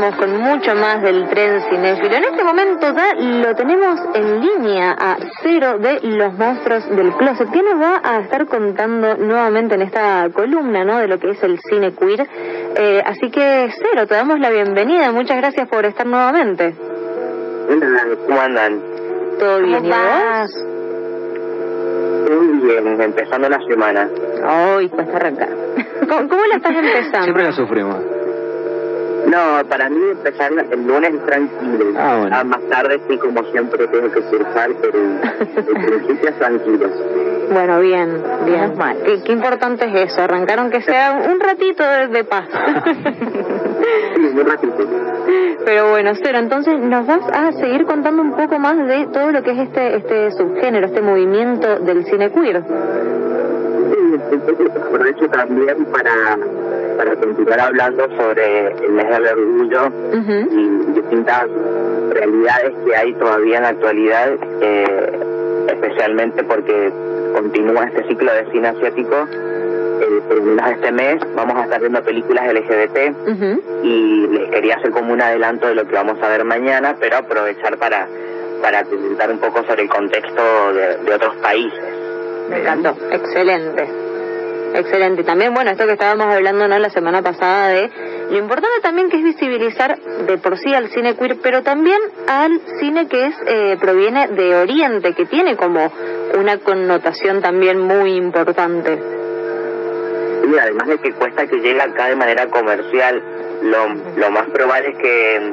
seguimos con mucho más del tren cinéfilo. En este momento ya lo tenemos en línea a Cero de Los Monstruos del Closet, que nos va a estar contando nuevamente en esta columna, ¿no?, de lo que es el cine queer. Así que, Cero, te damos la bienvenida. Muchas gracias por estar nuevamente. ¿Cómo andan? ¿Todo bien? ¿Y vos? Muy bien, empezando la semana. Ay, cuesta arrancar. ¿Cómo la estás empezando? Siempre la sufrimos. No, para mí empezar el lunes es tranquilo. Bueno. Más tarde sí, como siempre, tengo que cursar, pero en principio es tranquilo. Bueno, bien. Mal. Qué importante es eso, arrancar aunque sea un ratito de paz. Sí, un ratito. Pero bueno, Cero, entonces nos vas a seguir contando un poco más de todo lo que es este subgénero, este movimiento del cine queer. Sí, aprovecho también para continuar hablando sobre el mes del orgullo y distintas realidades que hay todavía en la actualidad, especialmente porque continúa este ciclo de cine asiático. Terminado este mes vamos a estar viendo películas LGBT y les quería hacer como un adelanto de lo que vamos a ver mañana, pero aprovechar para comentar un poco sobre el contexto de otros países. Me encantó, excelente. Excelente. También, bueno, esto que estábamos hablando, ¿no?, la semana pasada, de lo importante también que es visibilizar de por sí al cine queer, pero también al cine que proviene de Oriente, que tiene como una connotación también muy importante. Y además de que cuesta que llegue acá de manera comercial, lo más probable es que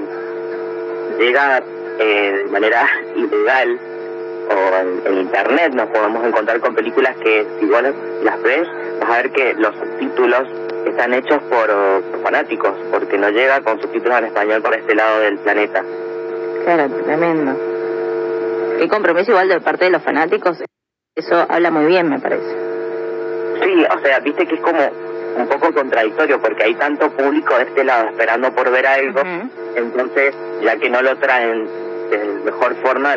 llega de manera ilegal, o en internet nos podemos encontrar con películas que, si vos las ves, vas a ver que los subtítulos están hechos por fanáticos, porque no llega con subtítulos en español por este lado del planeta. Claro, tremendo. Y compromiso igual de parte de los fanáticos, eso habla muy bien, me parece. Sí, o sea, viste que es como un poco contradictorio, porque hay tanto público de este lado esperando por ver algo, entonces, ya que no lo traen de mejor forma,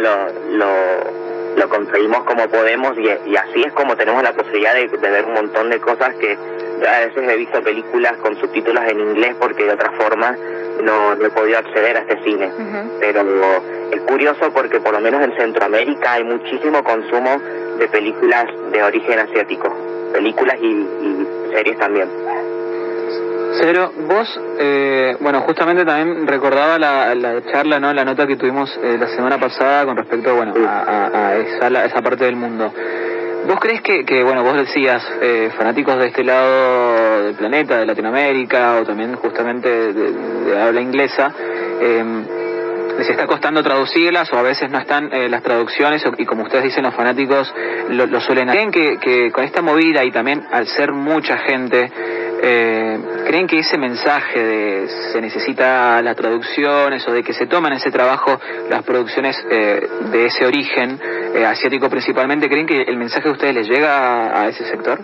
lo conseguimos como podemos, y así es como tenemos la posibilidad de ver un montón de cosas que yo a veces he visto películas con subtítulos en inglés porque de otra forma no he podido acceder a este cine. Pero es curioso porque por lo menos en Centroamérica hay muchísimo consumo de películas de origen asiático, películas y series también. Cero, vos, bueno, justamente también recordaba la charla, ¿no?, la nota que tuvimos la semana pasada con respecto, bueno, a esa parte del mundo. ¿Vos crees que bueno, vos decías, fanáticos de este lado del planeta, de Latinoamérica, o también justamente de habla inglesa, les está costando traducirlas, o a veces no están las traducciones, y como ustedes dicen, los fanáticos lo suelen hacer? ¿Creen que con esta movida, y también al ser mucha gente, creen que ese mensaje de se necesita las traducciones, o de que se toman ese trabajo las producciones de ese origen asiático principalmente, creen que el mensaje de ustedes les llega a ese sector?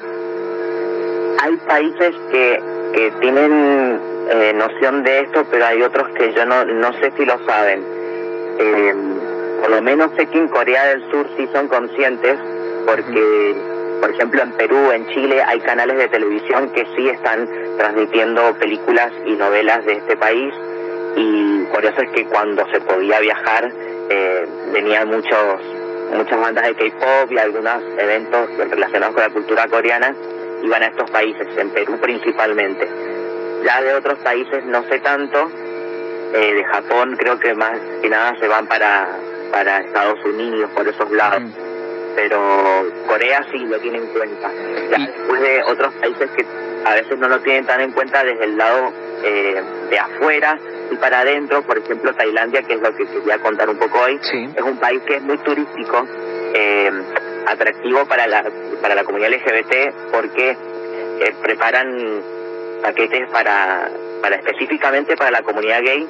Hay países que tienen noción de esto, pero hay otros que yo no sé si lo saben. Por lo menos sé que en Corea del Sur sí son conscientes, porque por ejemplo en Perú, en Chile, hay canales de televisión que sí están transmitiendo películas y novelas de este país, y por eso es que cuando se podía viajar venían muchas bandas de K-pop y algunos eventos relacionados con la cultura coreana iban a estos países, en Perú principalmente. Ya de otros países no sé tanto, de Japón creo que más que nada se van para Estados Unidos, por esos lados, pero Corea sí lo tiene en cuenta. Ya después de otros países que a veces no lo tienen tan en cuenta desde el lado de afuera y para adentro, por ejemplo Tailandia, que es lo que quería contar un poco hoy, es un país que es muy turístico, atractivo para la comunidad LGBT, porque preparan paquetes para específicamente para la comunidad gay,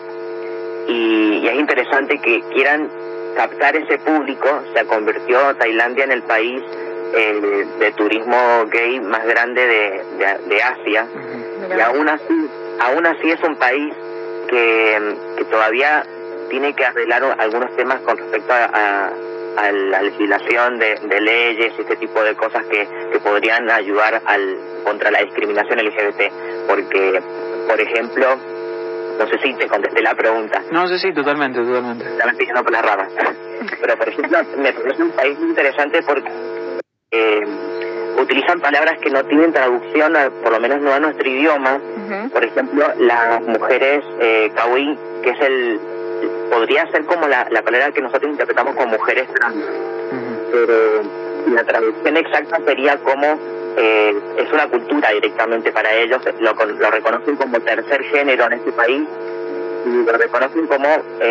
y es interesante que quieran captar ese público. Se convirtió Tailandia en el país de turismo gay más grande de Asia, y aún así es un país que todavía tiene que arreglar algunos temas con respecto a la legislación de leyes y este tipo de cosas que podrían ayudar contra la discriminación LGBT, porque por ejemplo No sé si te contesté la pregunta. No, sí, totalmente. Ya me estoy yendo por las ramas. Pero, por ejemplo, me parece un país muy interesante porque utilizan palabras que no tienen traducción, por lo menos no a nuestro idioma. Por ejemplo, las mujeres kawi, que es podría ser como la palabra que nosotros interpretamos como mujeres trans. Pero la traducción exacta sería como es una cultura directamente para ellos, lo reconocen como tercer género en este país y lo reconocen como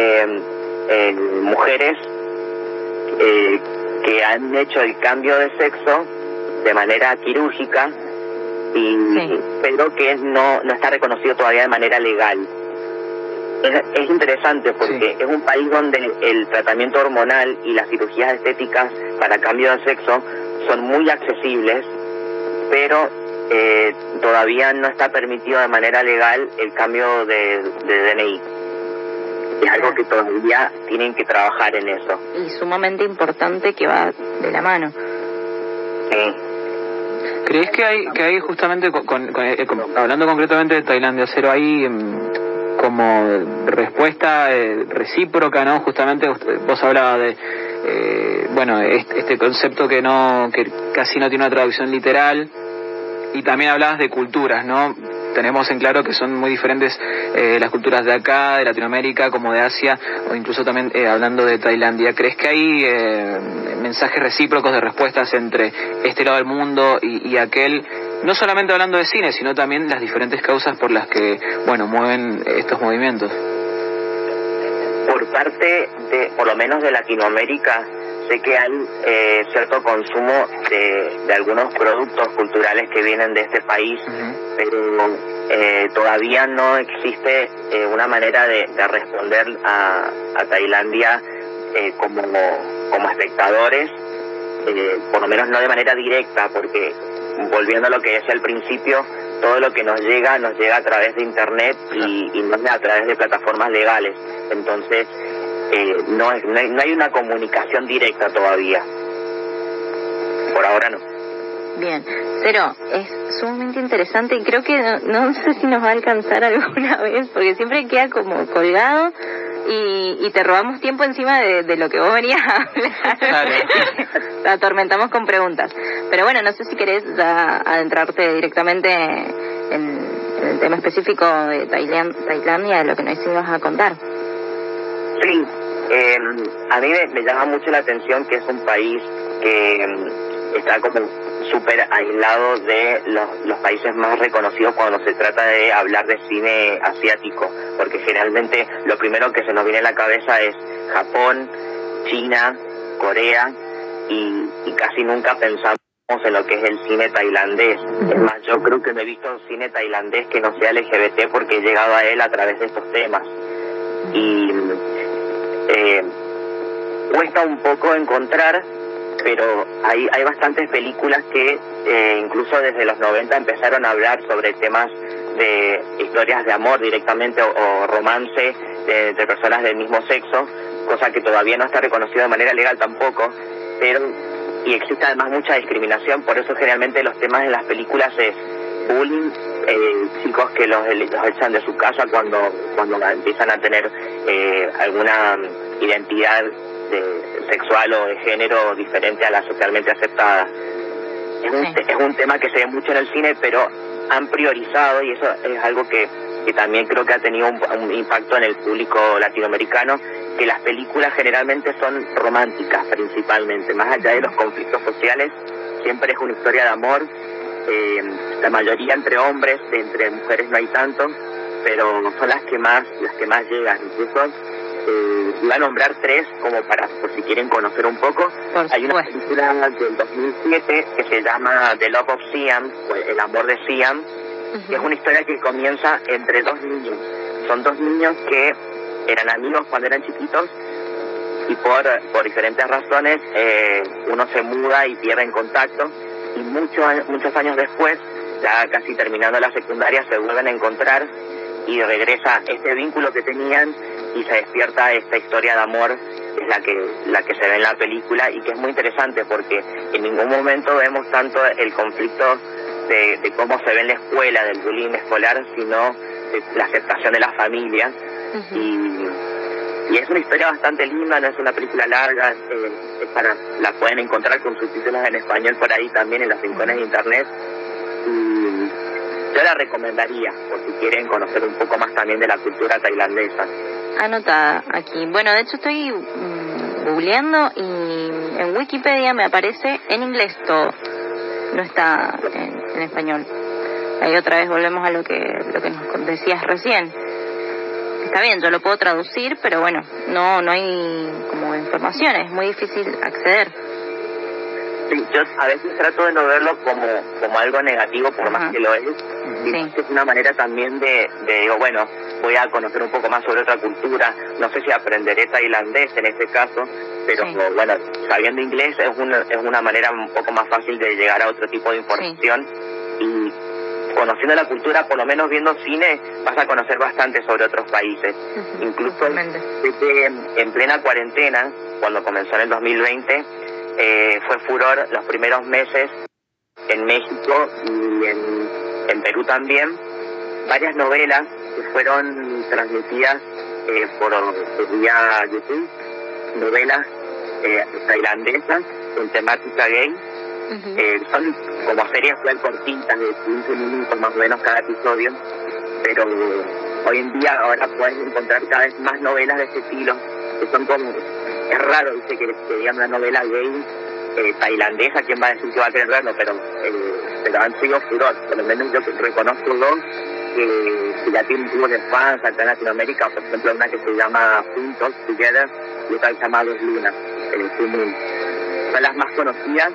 mujeres que han hecho el cambio de sexo de manera quirúrgica pero que no está reconocido todavía de manera legal. Es interesante porque es un país donde el tratamiento hormonal y las cirugías estéticas para cambio de sexo son muy accesibles, pero todavía no está permitido de manera legal el cambio de DNI. Es algo que todavía tienen que trabajar en eso. Y sumamente importante, que va de la mano. Sí. ¿Crees que hay justamente, hablando concretamente de Tailandia, Cero, hay como respuesta recíproca, ¿no? Justamente vos hablabas de este concepto que casi no tiene una traducción literal, y también hablabas de culturas, ¿no? Tenemos en claro que son muy diferentes las culturas de acá, de Latinoamérica, como de Asia, o incluso también hablando de Tailandia. ¿Crees que hay mensajes recíprocos de respuestas entre este lado del mundo y aquel? No solamente hablando de cine, sino también las diferentes causas por las que, mueven estos movimientos. Por parte por lo menos de Latinoamérica, sé que hay cierto consumo de algunos productos culturales que vienen de este país, pero todavía no existe una manera de responder a Tailandia como espectadores, por lo menos no de manera directa, porque volviendo a lo que decía al principio, todo lo que nos llega a través de internet y no a través de plataformas legales. Entonces no hay una comunicación directa todavía. Por ahora no. Bien, Cero, es sumamente interesante y creo que no sé si nos va a alcanzar alguna vez, porque siempre queda como colgado y te robamos tiempo encima de lo que vos venías a hablar. Claro. Te atormentamos con preguntas. Pero bueno, no sé si querés adentrarte directamente en el tema específico de Tailandia, de lo que nos ibas a contar. Sí, a mí me llama mucho la atención que es un país que está como súper aislado de los países más reconocidos cuando se trata de hablar de cine asiático, porque generalmente lo primero que se nos viene a la cabeza es Japón, China, Corea, y casi nunca pensamos en lo que es el cine tailandés. Es más, yo creo que no he visto cine tailandés que no sea LGBT porque he llegado a él a través de estos temas. Y cuesta un poco encontrar, pero hay bastantes películas que incluso desde los 90 empezaron a hablar sobre temas de historias de amor directamente o romance de personas del mismo sexo, cosa que todavía no está reconocida de manera legal tampoco, y existe además mucha discriminación. Por eso generalmente los temas en las películas es bullying, chicos que los echan de su casa cuando empiezan a tener alguna identidad sexual o de género diferente a la socialmente aceptada. Es un tema que se ve mucho en el cine, pero han priorizado, y eso es algo que también creo que ha tenido un impacto en el público latinoamericano, que las películas generalmente son románticas principalmente, más allá de los conflictos sociales, siempre es una historia de amor, la mayoría entre hombres, entre mujeres no hay tanto, pero son las que más llegan. Incluso iba a nombrar tres como por si quieren conocer un poco. Hay una película del 2007 que se llama The Love of Siam, El amor de Siam, que es una historia que comienza entre dos niños. Son dos niños que eran amigos cuando eran chiquitos y por diferentes razones uno se muda y pierden contacto, y muchos años después, ya casi terminando la secundaria, se vuelven a encontrar y regresa este vínculo que tenían y se despierta esta historia de amor, que es la que se ve en la película, y que es muy interesante porque en ningún momento vemos tanto el conflicto de cómo se ve en la escuela, del bullying escolar, sino la aceptación de la familia. Y es una historia bastante linda, no es una película larga, la pueden encontrar con subtítulos en español por ahí también en los rincones de internet. Y yo la recomendaría, por si quieren conocer un poco más también de la cultura tailandesa. Anotada aquí. Bueno, de hecho estoy googleando y en Wikipedia me aparece en inglés todo, no está en español. Ahí otra vez volvemos a lo que nos decías recién. Está bien, yo lo puedo traducir, pero bueno, no hay como información, es muy difícil acceder. Sí, yo a veces trato de no verlo como algo negativo, por más que lo es. Sí. Es una manera también de digo, bueno, voy a conocer un poco más sobre otra cultura, no sé si aprenderé tailandés en este caso, pero bueno, sabiendo inglés es una manera un poco más fácil de llegar a otro tipo de información. Y conociendo la cultura, por lo menos viendo cine, vas a conocer bastante sobre otros países. Incluso en plena cuarentena, cuando comenzó en el 2020, fue furor los primeros meses en México y en Perú también, varias novelas que fueron transmitidas por vía YouTube, novelas tailandesas con temática gay. Son como series muy cortitas de 15 minutos más o menos cada episodio, pero hoy en día ahora puedes encontrar cada vez más novelas de ese estilo, que son como, es raro, dice que digan una novela gay tailandesa, ¿quién va a decir que va a querer verlo? Pero han sido furor, por lo menos yo reconozco dos que ya tienen grupos de fans acá en Latinoamérica, por ejemplo una que se llama Juntos, Together, y otra que se llama Dos Lunas, son las más conocidas.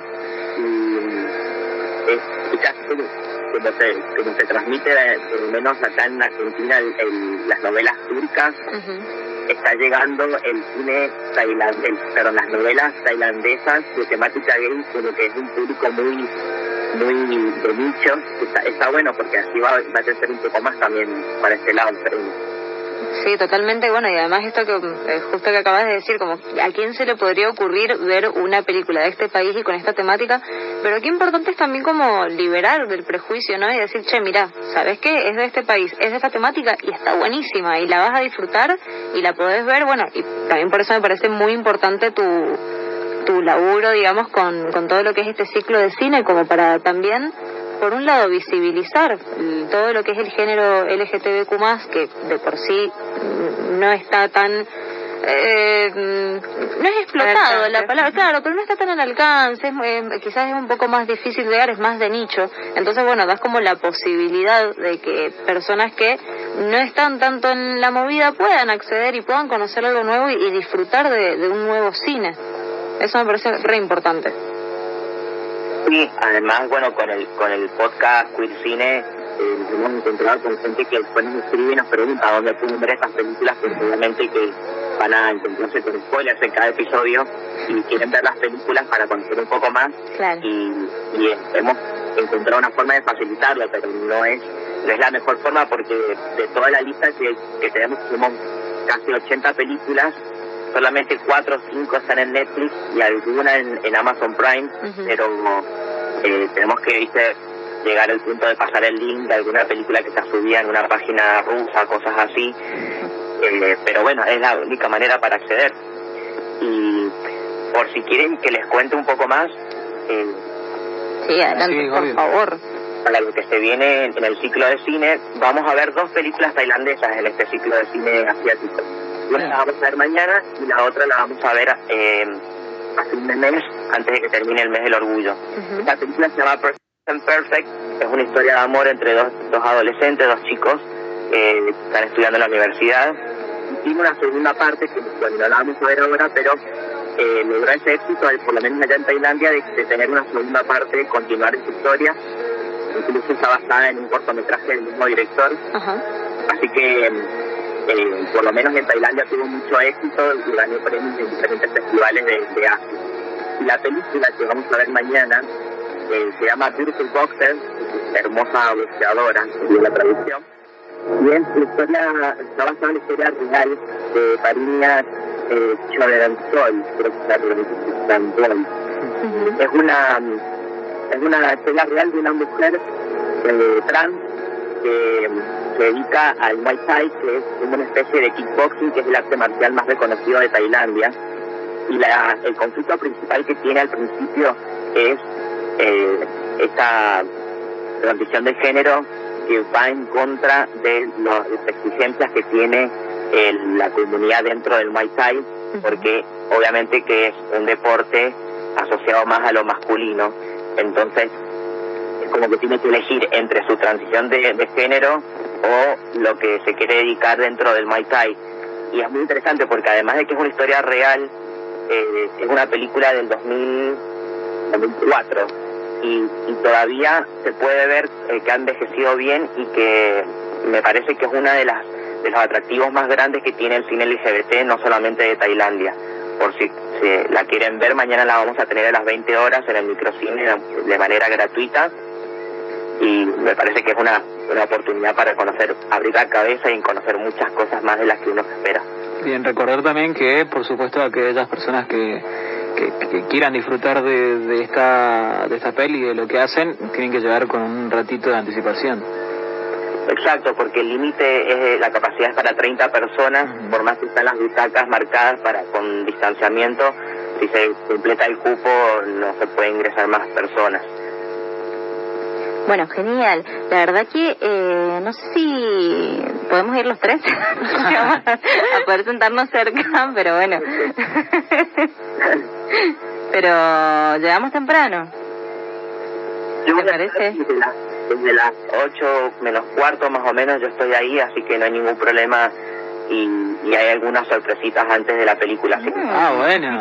Y casi como se transmite, por lo menos acá en Argentina, las novelas turcas, está llegando el cine tailandés, las novelas tailandesas de temática gay, como que es un público muy de nicho. Está bueno porque así va a crecer un poco más también para este lado. Sí, totalmente. Bueno, y además esto que justo que acabas de decir, como a quién se le podría ocurrir ver una película de este país y con esta temática, pero qué importante es también como liberar del prejuicio, ¿no? Y decir, che, mira, ¿sabes qué? Es de este país, es de esta temática y está buenísima y la vas a disfrutar y la podés ver, bueno, y también por eso me parece muy importante tu laburo, digamos, con todo lo que es este ciclo de cine, como para también, por un lado, visibilizar todo lo que es el género LGTBQ+, que de por sí no está tan... no es explotado la palabra, claro, pero no está tan al alcance, quizás es un poco más difícil de llegar, es más de nicho. Entonces, bueno, das como la posibilidad de que personas que no están tanto en la movida puedan acceder y puedan conocer algo nuevo y disfrutar de un nuevo cine. Eso me parece re importante. Sí, además, bueno, con el podcast Queer Cine nos hemos encontrado con gente que después nos escribe y nos pregunta dónde pueden ver estas películas, porque obviamente que van a encontrarse con spoilers en cada episodio y quieren ver las películas para conocer un poco más. Claro. Y hemos encontrado una forma de facilitarlo, pero no es la mejor forma, porque de toda la lista que tenemos, somos casi 80 películas, solamente 4 o 5 están en Netflix y alguna en Amazon Prime, pero tenemos que llegar al punto de pasar el link de alguna película que está subida en una página rusa, cosas así, pero bueno, es la única manera para acceder. Y por si quieren que les cuente un poco más, sí, adelante, por favor. Para lo que se viene en el ciclo de cine, vamos a ver 2 películas tailandesas en este ciclo de cine asiático. Una la vamos a ver mañana y la otra la vamos a ver a fin de mes, antes de que termine el mes del orgullo. La película se llama Perfect, es una historia de amor entre dos adolescentes, 2 chicos que están estudiando en la universidad. Y tiene una segunda parte que bueno, no la vamos a ver ahora, pero logró ese éxito, por lo menos allá en Tailandia, de tener una segunda parte, continuar esa historia. Incluso está basada en un cortometraje del mismo director. Así que por lo menos en Tailandia tuvo mucho éxito y ganó premios en diferentes festivales de Asia. Y la película que vamos a ver mañana se llama Beautiful Boxer, hermosa boxeadora, en la traducción. Y es la historia, está basada en la historia real de Parinia Cholerantol, creo que está pronunciando. Es una historia real de una mujer trans se dedica al Muay Thai, que es una especie de kickboxing, que es el arte marcial más reconocido de Tailandia. Y el conflicto principal que tiene al principio es esta transición de género que va en contra de las exigencias que tiene la comunidad dentro del Muay Thai, porque obviamente que es un deporte asociado más a lo masculino, entonces es como que tiene que elegir entre su transición de género o lo que se quiere dedicar dentro del Muay Thai. Y es muy interesante porque además de que es una historia real, es una película del 2004 y todavía se puede ver que ha envejecido bien, y que me parece que es una de los atractivos más grandes que tiene el cine LGBT, no solamente de Tailandia. Por si la quieren ver, mañana la vamos a tener a las 20 horas en el microcine de manera gratuita, y me parece que es una oportunidad para abrir la cabeza y conocer muchas cosas más de las que uno espera. Bien, recordar también que, por supuesto, aquellas personas que quieran disfrutar de esta peli y de lo que hacen, tienen que llegar con un ratito de anticipación. Exacto, porque el límite, la capacidad es para 30 personas, por más que están las butacas marcadas con distanciamiento, si se completa el cupo no se puede ingresar más personas. Bueno, genial. La verdad que no sé si podemos ir los tres a poder sentarnos cerca, pero bueno. Pero llegamos temprano. ¿Te parece? Desde las 8 menos cuarto más o menos yo estoy ahí, así que no hay ningún problema, y hay algunas sorpresitas antes de la película. Así que... bueno.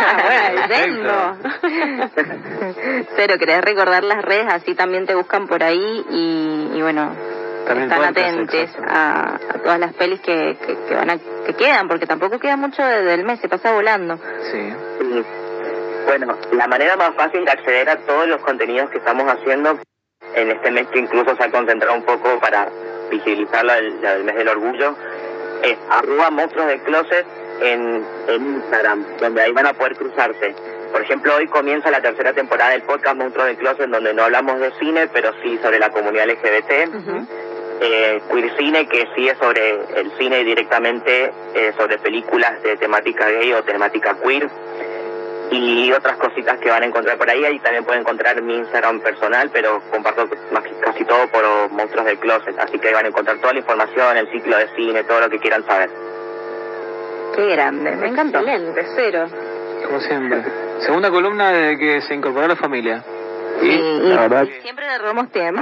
Cero, ¿querés recordar las redes? Así también te buscan por ahí y bueno, también están atentos a todas las pelis que quedan, porque tampoco queda mucho del mes, se pasa volando. Sí. Bueno, la manera más fácil de acceder a todos los contenidos que estamos haciendo en este mes, que incluso se ha concentrado un poco para visibilizar el mes del orgullo, es @monstruos del closet en Instagram, donde ahí van a poder cruzarse. Por ejemplo, hoy comienza la tercera temporada del podcast Monstruos del Closet, donde no hablamos de cine, pero sí sobre la comunidad LGBT. Queer Cine, que sí es sobre el cine directamente, sobre películas de temática gay o temática queer, y otras cositas que van a encontrar por ahí. Ahí también pueden encontrar mi Instagram personal, pero comparto casi todo por Monstruos del Closet, así que ahí van a encontrar toda la información, el ciclo de cine, todo lo que quieran saber. Qué grande, me encanta. Excelente, Cero. Como siempre. Segunda columna desde que se incorporó la familia. Y la verdad, siempre le robamos tiempo.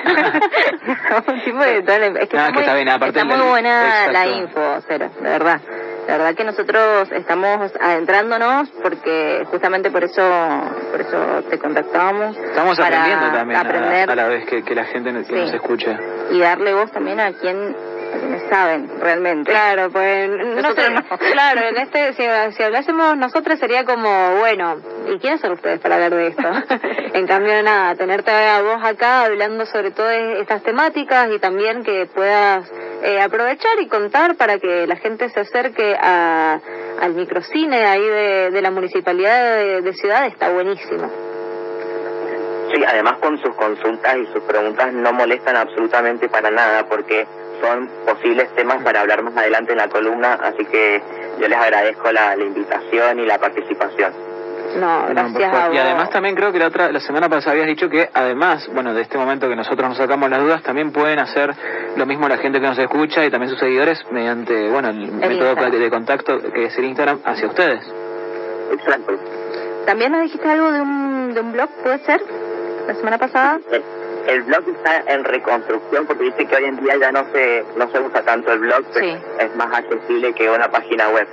Es que está muy buena la info, Cero, de verdad. La verdad que nosotros estamos adentrándonos porque justamente por eso te contactábamos. Estamos aprendiendo también a la vez que la gente nos escucha. Y darle voz también a quienes saben realmente. Claro, pues nosotros no. Claro, si hablásemos nosotros sería como, bueno, ¿y quiénes son ustedes para hablar de esto? En cambio, nada, tenerte a vos acá hablando sobre todas estas temáticas, y también que puedas aprovechar y contar para que la gente se acerque al microcine ahí de la municipalidad de Ciudad, está buenísimo. Sí, además con sus consultas y sus preguntas no molestan absolutamente para nada, porque son posibles temas para hablar más adelante en la columna, así que yo les agradezco la invitación y la participación. No, gracias a vos. Y además también creo que la semana pasada habías dicho que además, bueno, de este momento que nosotros nos sacamos las dudas, también pueden hacer lo mismo la gente que nos escucha y también sus seguidores mediante, bueno, el método de contacto que es el Instagram hacia ustedes. Exacto. También nos dijiste algo de un blog, ¿puede ser? La semana pasada. El blog está en reconstrucción, porque dice que hoy en día ya no se usa tanto el blog, pero sí, es más accesible que una página web.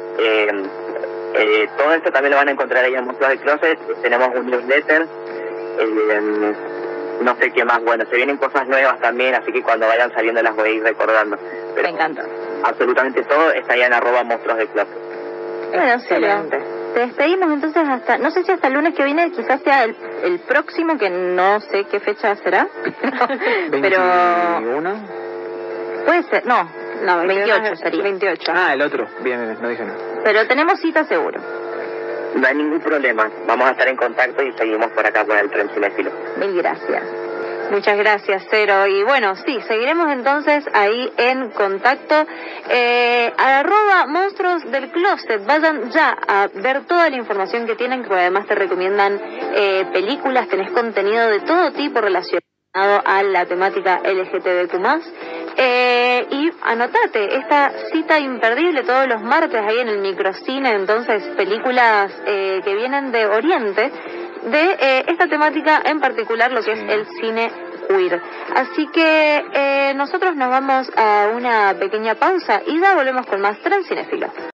Todo esto también lo van a encontrar ahí en Monstruos del Closet. Tenemos un newsletter, no sé qué más. Bueno, se vienen cosas nuevas también, así que cuando vayan saliendo las voy a ir recordando. Pero me encanta. Absolutamente todo está ahí en @monstruos del Closet. Bueno, excelente. Te despedimos entonces no sé si hasta el lunes que viene, quizás sea el próximo, que no sé qué fecha será. Pero 21. Puede ser, no, 28 sería. 28. El otro, bien, no dije nada. Pero tenemos cita seguro. No hay ningún problema, vamos a estar en contacto y seguimos por acá con el Tren Cinéfilo. Mil gracias. Muchas gracias, Cero. Y bueno, sí, seguiremos entonces ahí en contacto. @monstruos del closet. Vayan ya a ver toda la información que tienen, que además te recomiendan películas, tenés contenido de todo tipo relacionado a la temática LGTBQ+. Y anotate esta cita imperdible todos los martes ahí en el microcine, entonces películas que vienen de Oriente, de esta temática en particular, lo que es el cine queer. Así que nosotros nos vamos a una pequeña pausa y ya volvemos con más Transcinefilo.